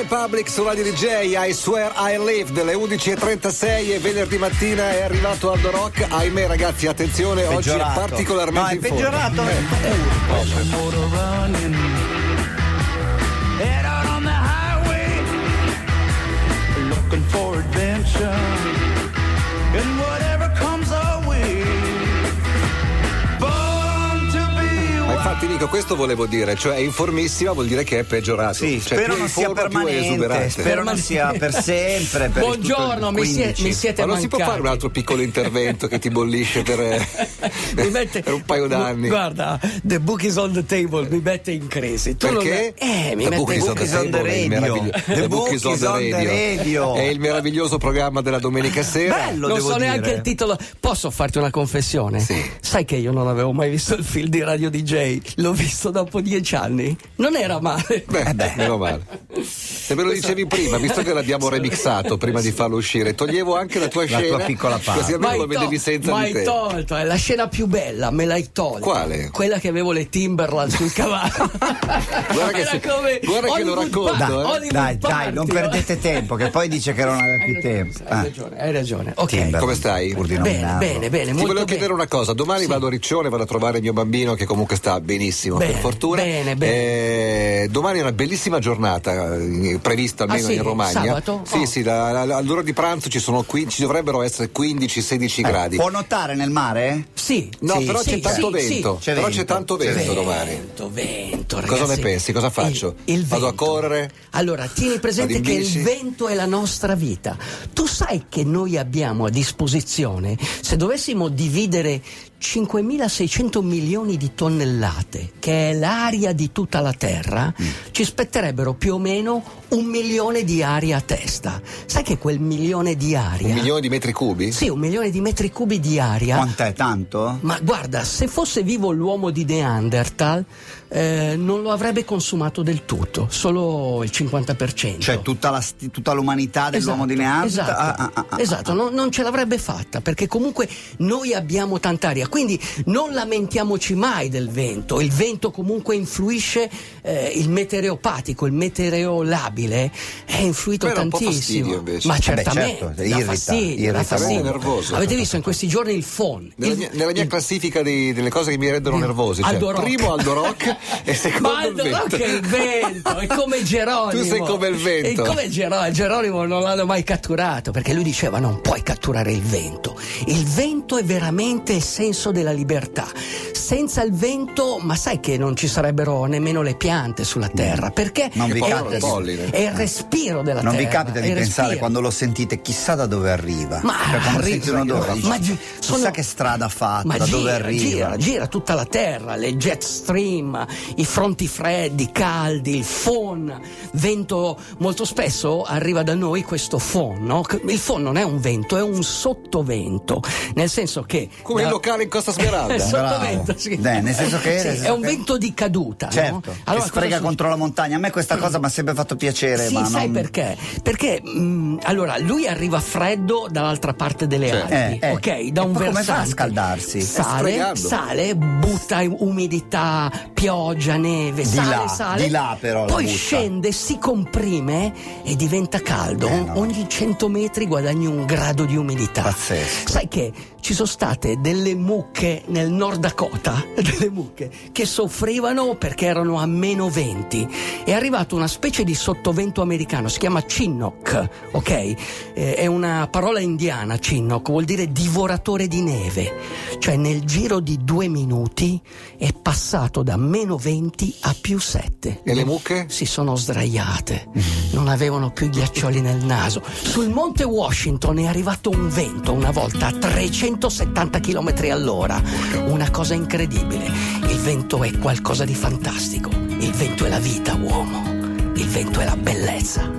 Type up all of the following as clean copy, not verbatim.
Republic su Radio DJ, I Swear I Live, delle 11.36 e venerdì mattina è arrivato Aldo Rock. Ahimè ragazzi, attenzione, peggiorato. Oggi è particolarmente in forma. Head out on the highway, looking for adventure, and whatever comes our way. Infatti Nico, questo volevo dire, cioè è informissima vuol dire che è peggiorato. Sì, cioè, spero più non sia permanente, spero non sia per sempre. Per buongiorno, mi siete mancati. Ma non si può fare un altro piccolo intervento che ti bollisce per un paio d'anni? Guarda, the book is on the table, mi mette in crisi. Tu perché? Mi the mette book is on the radio. The book is on the radio. È il meraviglioso programma della domenica sera. Bello, non so neanche il titolo. Posso farti una confessione? Sì. Sai che io non avevo mai visto il film di Radio DJ? L'ho visto dopo 10 anni. Non era male. Beh, meno male. Se me lo dicevi prima, visto che l'abbiamo remixato prima di farlo uscire, toglievo anche la tua scena, tua piccola parte. Così almeno lo vedevi senza di te. Ma hai tolto, è la scena più bella, me l'hai tolta. Quale? Quella che avevo le Timberland sul cavallo. Guarda che lo racconto. Dai, non perdete tempo, che poi dice che non aveva più tempo. Hai ragione. Ok. Timberland. Come stai? Bene. Ti volevo chiedere una cosa, domani vado a Riccione, vado a trovare il mio bambino che comunque sta benissimo, per fortuna. Bene. Domani è una bellissima giornata prevista almeno in Romagna. Sabato? Sì, all'ora di pranzo ci dovrebbero essere 15-16 gradi. Può nuotare nel mare? Sì. No, però c'è tanto vento. C'è però vento. c'è tanto vento domani. Vento, ragazzi. Cosa ne pensi? Cosa faccio? Vado a correre? Allora, tieni presente che il vento è la nostra vita. Tu sai che noi abbiamo a disposizione, se dovessimo dividere 5.600 milioni di tonnellate, che è l'aria di tutta la Terra, ci spetterebbero più o meno 1 milione di aria a testa. Sai che quel milione di aria... 1 milione di metri cubi? Sì, 1 milione di metri cubi di aria. Quant'è, tanto? Ma guarda, se fosse vivo l'uomo di Neanderthal, non lo avrebbe consumato del tutto, solo il 50%. Cioè tutta l'umanità dell'uomo di Neanderthal? Esatto, non ce l'avrebbe fatta, perché comunque noi abbiamo tanta aria. Quindi non lamentiamoci mai del vento. Il vento comunque influisce, il meteoropatico, il meteorolabile è influito tantissimo. Invece. Ma certamente, certo, dà fastidio. Nervoso. Avete visto in questi giorni il phon? Nella mia classifica delle cose che mi rendono nervosi, cioè, primo Aldo Rock e secondo ma Aldo Rock è il vento, è come Geronimo. Tu sei come il vento. E come Geronimo non l'hanno mai catturato, perché lui diceva non puoi catturare il vento. Il vento è veramente il senso della libertà. Senza il vento, ma sai che non ci sarebbero nemmeno le piante sulla terra, perché non vi è il respiro della non terra. Vi capita di pensare quando lo sentite chissà da dove arriva? Ma chissà che strada ha fatto, da dove arriva? Gira tutta la terra, le jet stream, i fronti freddi, caldi, il phon, vento. Molto spesso arriva da noi questo phon, no? Il phon non è un vento, è un sottovento, nel senso che come il locale in Costa Smeralda. Sottovento, sì. Nel senso che è un vento di caduta, certo, no? Allora, che sfrega contro la montagna. A me questa cosa mi ha sempre fatto piacere. Sì, ma sai non... perché? Perché allora lui arriva freddo dall'altra parte delle Alpi, ok? Da un versante. Come fa a scaldarsi? Sale, butta umidità, pioggia, neve, sale. Di là però. Poi scende, si comprime e diventa caldo. Ogni 100 metri guadagni 1 grado di umidità. Pazzesco. Sai che ci sono state delle mucche nel Nord Dakota, delle mucche che soffrivano perché erano a meno 20. È arrivato una specie di sottovento americano, si chiama Chinook, ok? È una parola indiana, Chinook, vuol dire divoratore di neve. Cioè nel giro di 2 minuti è passato da meno 20 a più 7. E le mucche? Si sono sdraiate, non avevano più ghiaccioli nel naso. Sul monte Washington è arrivato un vento una volta a 370 km all'ora, una cosa incredibile. Il vento è qualcosa di fantastico. Il vento è la vita, uomo. Il vento è la bellezza.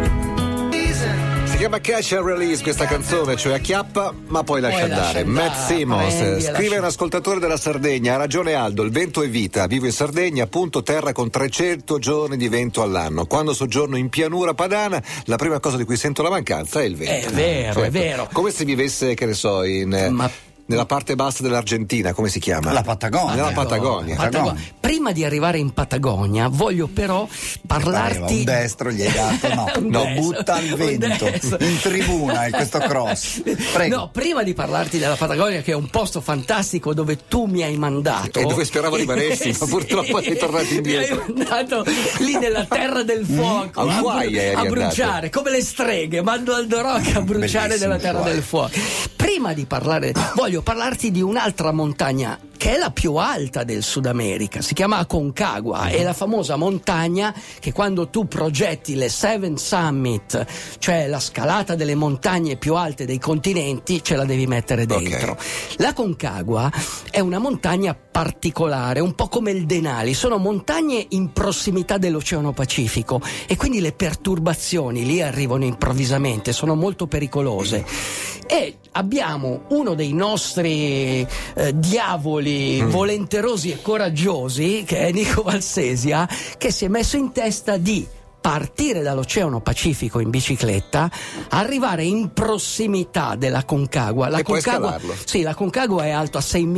Si chiama Catch and Release questa canzone, cioè acchiappa ma poi lascia andare. Matt Simmons, scrive un ascoltatore della Sardegna: ha ragione Aldo, il vento è vita, vivo in Sardegna, appunto terra con 300 giorni di vento all'anno. Quando soggiorno in pianura padana la prima cosa di cui sento la mancanza è il vento. È vero, certo. è vero. Come se vivesse, che ne so, in nella parte bassa dell'Argentina, come si chiama? La Patagonia. Nella Patagonia. Prima di arrivare in Patagonia voglio però parlarti. Un destro gli hai dato, no, No. butta al vento in tribuna in questo cross. Prego. No, prima di parlarti della Patagonia, che è un posto fantastico dove tu mi hai mandato E dove speravo rimanessi, ma purtroppo sei tornato indietro. Mi hai mandato lì nella terra del fuoco A Ushuaia eri a andato. bruciare come le streghe, mando Aldo Rock a bruciare Bellissimo, nella terra Ushuaia. del fuoco. Prima di parlare, voglio parlarti di un'altra montagna che è la più alta del Sud America, si chiama Aconcagua, è la famosa montagna che quando tu progetti le Seven Summit, cioè la scalata delle montagne più alte dei continenti, ce la devi mettere dentro. La Aconcagua è una montagna particolare, un po' come il Denali, sono montagne in prossimità dell'Oceano Pacifico e quindi le perturbazioni lì arrivano improvvisamente, sono molto pericolose. E abbiamo uno dei nostri diavoli volenterosi e coraggiosi, che è Nico Valsesia, che si è messo in testa di partire dall'Oceano Pacifico in bicicletta, arrivare in prossimità della Concagua. La E poi Concagua, scalarlo. sì, la Concagua è alto a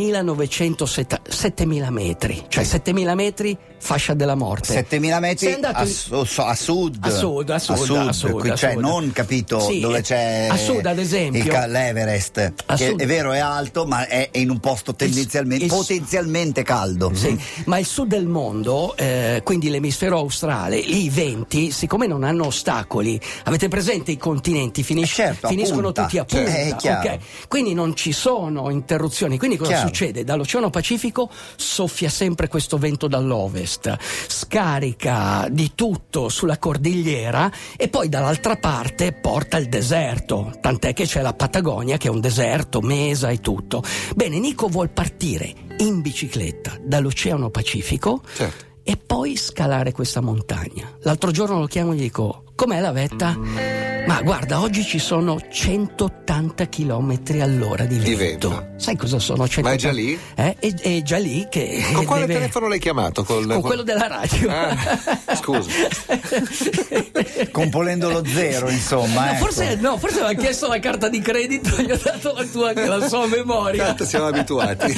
6.907 metri, cioè 7.000 metri fascia della morte. 7.000 metri Sei andato a in- sud. A sud, a sud, a Qui, cioè sud. non capito Sì, dove c'è a sud, ad esempio. l'Everest, A che sud. è vero è alto, ma è in un posto tendenzialmente potenzialmente caldo. Sì, ma il sud del mondo, quindi l'emisfero australe, lì i venti, siccome non hanno ostacoli, avete presente i continenti, certo, a finiscono punta. tutti a punta, È chiaro. ok? Quindi non ci sono interruzioni. Quindi cosa Chiaro. succede? Dall'Oceano Pacifico soffia sempre questo vento dall'ovest, scarica di tutto sulla cordigliera e poi dall'altra parte porta il deserto, tant'è che c'è la Patagonia che è un deserto, mesa e tutto. Bene, Nico vuol partire in bicicletta dall'Oceano Pacifico Certo. e poi scalare questa montagna. L'altro giorno lo chiamo e gli dico: com'è la vetta? Ma guarda, oggi ci sono 180 km all'ora di vento. vento. Sai cosa sono 180? Ma è già lì? È già lì che Con quale deve- telefono l'hai chiamato? Con quello della radio. Ah, scusa. Componendo lo zero, insomma. No, ecco. forse mi ha chiesto la carta di credito, gli ho dato la tua, che la sua memoria. Tanto siamo abituati.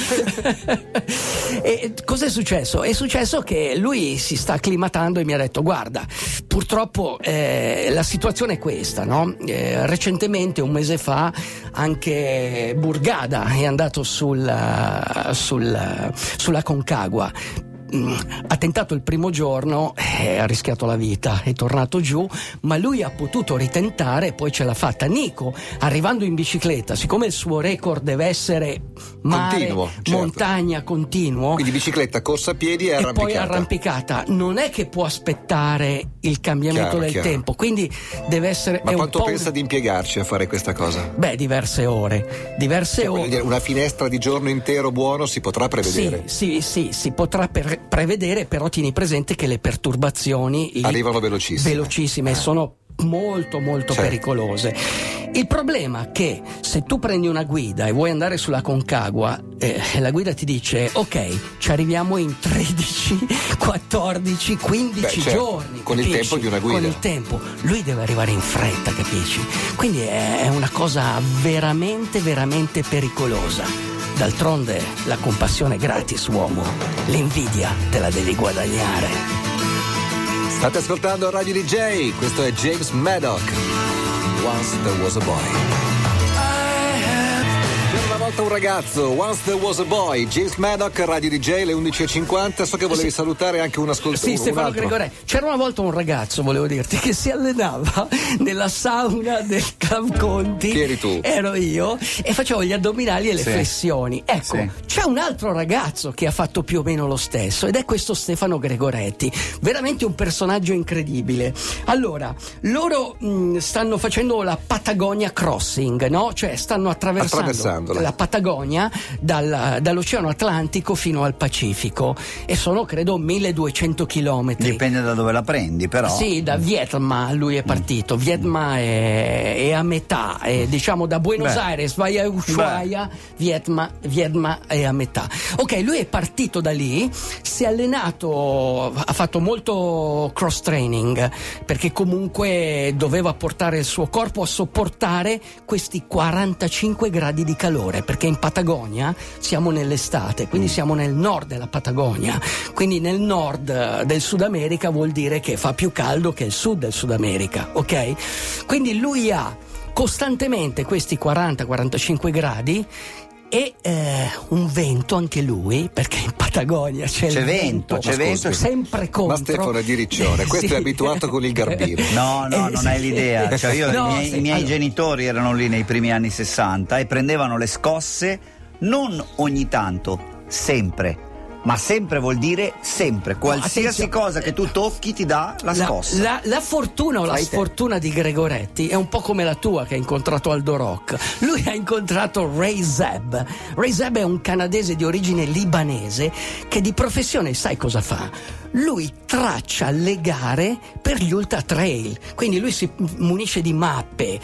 E cos'è successo? È successo che lui si sta acclimatando e mi ha detto: guarda, purtroppo la situazione è questa, no? Recentemente, un mese fa, anche Burgada è andato sulla Concagua. Ha tentato il primo giorno, ha rischiato la vita, è tornato giù, ma lui ha potuto ritentare e poi ce l'ha fatta. Nico, arrivando in bicicletta, siccome il suo record deve essere mare, Continuo, certo. montagna, continuo, Quindi bicicletta, corsa a piedi e e arrampicata. poi arrampicata, non è che può aspettare il cambiamento Chiaro, del chiaro. tempo, quindi deve essere. Ma è quanto un po' pensa di impiegarci a fare questa cosa? Beh, diverse ore. Voglio dire, una finestra di giorno intero buono si potrà prevedere. Sì, si potrà prevedere, però tieni presente che le perturbazioni lì Arrivano velocissime. velocissime, sono molto Certo. pericolose. Il problema è che se tu prendi una guida e vuoi andare sulla Concagua, la guida ti dice: ok, ci arriviamo in 13, 14, 15 Beh, certo, giorni. con il capisci? tempo di una guida. Con il tempo. Lui deve arrivare in fretta, capisci? Quindi è una cosa veramente pericolosa. D'altronde la compassione è gratis, uomo. L'invidia te la devi guadagnare. State ascoltando Radio DJ, questo è James Maddox. Once There Was a Boy. C'era una volta un ragazzo, Once There Was a Boy, James Maddox, Radio DJ, le 11.50. So che volevi salutare anche un ascoltatore. Sì, Stefano Gregoretti. C'era una volta un ragazzo, volevo dirti, che si allenava nella sauna del Club Conti. Chi eri tu? Ero io, e facevo gli addominali e le Sì. flessioni. Ecco, Sì. c'è un altro ragazzo che ha fatto più o meno lo stesso, ed è questo Stefano Gregoretti. Veramente un personaggio incredibile. Allora, loro stanno facendo la Patagonia Crossing, no? Cioè stanno attraversando la Patagonia dall'Oceano Atlantico fino al Pacifico, e sono credo 1200 chilometri. Dipende da dove la prendi, però. Sì, da Vietma lui è partito. Vietma è a metà, diciamo da Buenos Beh. Aires vai a Ushuaia, Vietma è a metà. Ok, lui è partito da lì, si è allenato, ha fatto molto cross training, perché comunque doveva portare il suo corpo a sopportare questi 45 gradi di calore. perché in Patagonia siamo nell'estate, quindi siamo nel nord della Patagonia, quindi nel nord del Sud America vuol dire che fa più caldo che il sud del Sud America, ok? Quindi lui ha costantemente questi 40-45 gradi e un vento anche lui, perché in Patagonia c'è il vento sempre contro. Ma Stefano è di Riccione, questo sì. è abituato con il garbino. No, non hai l'idea. Cioè io, i miei genitori erano lì nei primi anni 60 e prendevano le scosse non ogni tanto, sempre. Ma sempre vuol dire sempre, qualsiasi cosa che tu tocchi ti dà la scossa. La fortuna o la sfortuna di Gregoretti è un po' come la tua, che ha incontrato Aldo Rock. Lui ha incontrato Ray Zeb. Ray Zeb è un canadese di origine libanese che di professione sai cosa fa? Lui traccia le gare per gli ultra trail, quindi lui si munisce di mappe,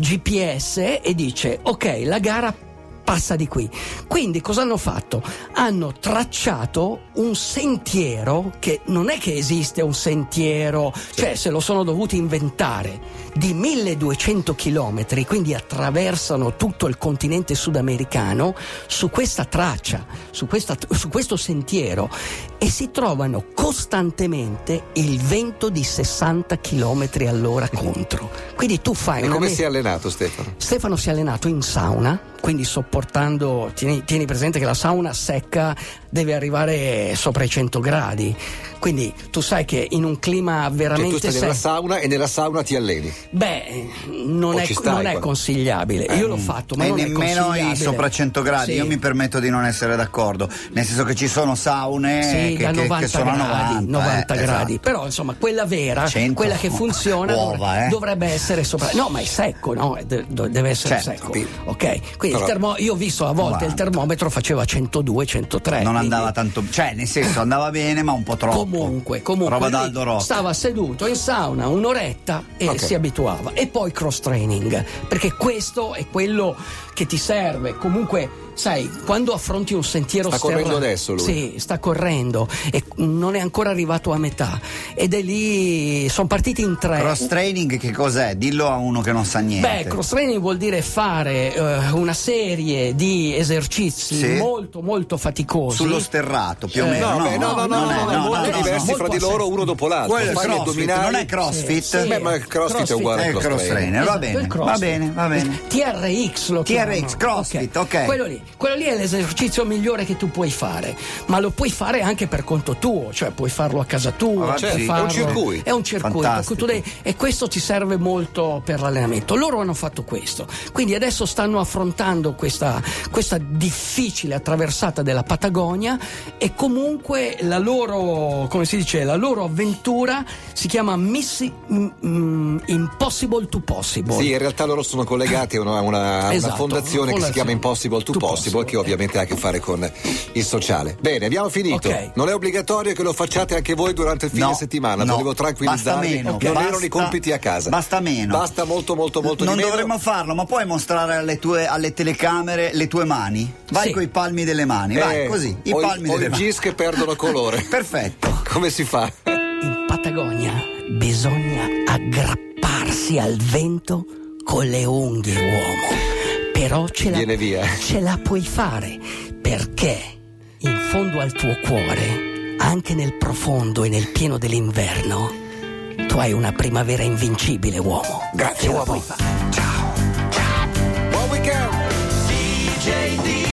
GPS e dice ok, la gara passa di qui. Quindi cosa hanno fatto? Hanno tracciato un sentiero che non è che esiste un sentiero, cioè se lo sono dovuti inventare, di 1200 chilometri, quindi attraversano tutto il continente sudamericano su questa traccia, su questo sentiero, e si trovano costantemente il vento di 60 chilometri all'ora contro. Quindi tu fai E come si è allenato Stefano? Stefano si è allenato in sauna, quindi sopportando, tieni presente che la sauna secca deve arrivare sopra i 100 gradi, quindi tu sai che in un clima veramente tu stai nella sauna e nella sauna ti alleni? Beh, non è consigliabile. Io l'ho fatto, ma non è consigliabile. Sopra 100 gradi. Sì. Io mi permetto di non essere d'accordo, nel senso che ci sono saune da 90 che sono gradi, 90 gradi. Esatto. Però insomma quella vera, 100, quella che funziona dovrebbe essere sopra. No, ma è secco, no? Deve essere secco. Ok, quindi però, io ho visto a volte il termometro faceva 102, 103. Non andava tanto, cioè nel senso andava bene, ma un po' troppo. Comunque roba da Aldo Rock. Stava seduto in sauna un'oretta e si abituava. E poi cross training, perché questo è quello che ti serve. Comunque sai, quando affronti un sentiero sta correndo adesso lui? Sì, sta correndo e non è ancora arrivato a metà, ed è lì, sono partiti in 3. Cross training che cos'è? Dillo a uno che non sa niente. Beh, cross training vuol dire fare una serie di esercizi molto molto faticosi sullo sterrato più o meno. No, molto diversi fra di loro, uno dopo l'altro. Quello è CrossFit, non è CrossFit? Sì. Beh, ma il CrossFit è uguale al cross trainer. Esatto, va bene. TRX lo chiamano. TRX, CrossFit, ok. Quello lì è l'esercizio migliore che tu puoi fare, ma lo puoi fare anche per conto tuo, cioè puoi farlo a casa tua. È un circuito. È un circuito. E questo ti serve molto per l'allenamento. Loro hanno fatto questo, quindi adesso stanno affrontando questa difficile attraversata della Patagonia, e comunque la loro, come si dice, la loro avventura si chiama Impossible to Possible. Sì, in realtà loro sono collegati a una fondazione che si chiama Impossible to Possible, che ovviamente ha a che fare con il sociale. Bene, abbiamo finito. Non è obbligatorio che lo facciate anche voi durante il fine settimana, volevo tranquillizzarvi. Non erano i compiti a casa. Basta meno. Basta molto di meno. Non dovremmo farlo, ma puoi mostrare alle telecamere le tue mani? Vai coi palmi delle mani, vai così, i palmi delle mani. O i gis che perdono colore. Perfetto. Come si fa? In Patagonia bisogna aggrapparsi al vento con le unghie, uomo. Però ce la puoi fare, perché in fondo al tuo cuore, anche nel profondo e nel pieno dell'inverno, tu hai una primavera invincibile, uomo. Grazie, uomo. Ciao. Buon weekend.